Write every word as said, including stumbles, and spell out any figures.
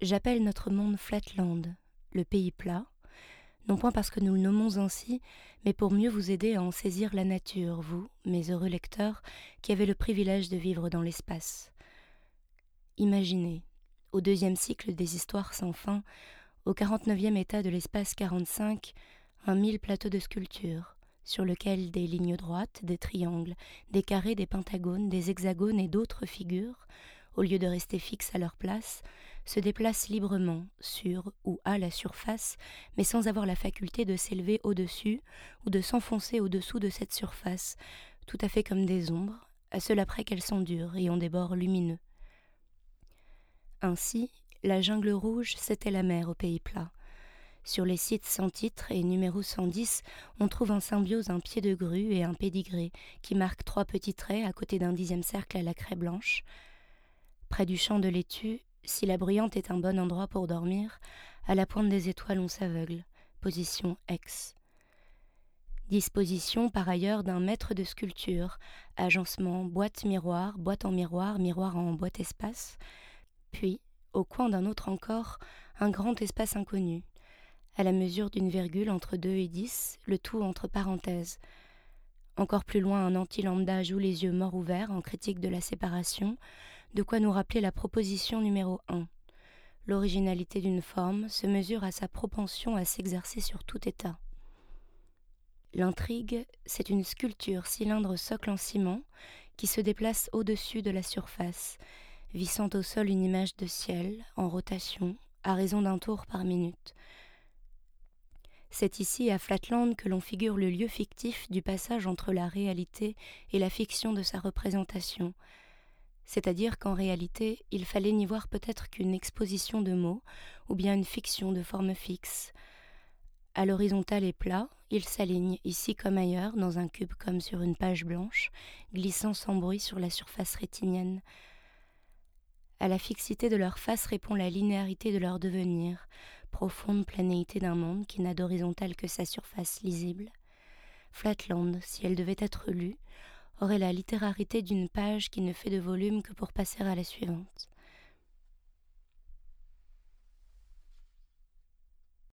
J'appelle notre monde Flatland, le pays plat, non point parce que nous le nommons ainsi, mais pour mieux vous aider à en saisir la nature, vous, mes heureux lecteurs, qui avez le privilège de vivre dans l'espace. Imaginez, au deuxième cycle des histoires sans fin, au quarante-neuvième état de l'espace quarante-cinq, un mille plateau de sculpture, sur lequel des lignes droites, des triangles, des carrés, des pentagones, des hexagones et d'autres figures, au lieu de rester fixes à leur place, se déplacent librement, sur ou à la surface, mais sans avoir la faculté de s'élever au-dessus ou de s'enfoncer au-dessous de cette surface, tout à fait comme des ombres, à cela près qu'elles sont dures et ont des bords lumineux. Ainsi, la jungle rouge, c'était la mer au pays plat. Sur les sites sans titre et numéro cent dix, on trouve en symbiose un pied de grue et un pédigré qui marquent trois petits traits à côté d'un dixième cercle à la craie blanche. Près du champ de laitue, si la bruyante est un bon endroit pour dormir, à la pointe des étoiles on s'aveugle, position X. Disposition par ailleurs d'un maître de sculpture, agencement boîte-miroir, boîte en miroir, miroir en boîte-espace, puis, au coin d'un autre encore, un grand espace inconnu, à la mesure d'une virgule entre deux et dix, le tout entre parenthèses. Encore plus loin, un anti-lambda joue les yeux morts ouverts en critique de la séparation, de quoi nous rappeler la proposition numéro un. L'originalité d'une forme se mesure à sa propension à s'exercer sur tout état. L'intrigue, c'est une sculpture cylindre socle en ciment qui se déplace au-dessus de la surface, vissant au sol une image de ciel, en rotation, à raison d'un tour par minute. C'est ici, à Flatland, que l'on figure le lieu fictif du passage entre la réalité et la fiction de sa représentation. C'est-à-dire qu'en réalité, il fallait n'y voir peut-être qu'une exposition de mots, ou bien une fiction de forme fixe. À l'horizontale et plat, ils s'alignent, ici comme ailleurs, dans un cube comme sur une page blanche, glissant sans bruit sur la surface rétinienne. À la fixité de leur face répond la linéarité de leur devenir, profonde planéité d'un monde qui n'a d'horizontale que sa surface lisible. Flatland, si elle devait être lue, aurait la littérarité d'une page qui ne fait de volume que pour passer à la suivante.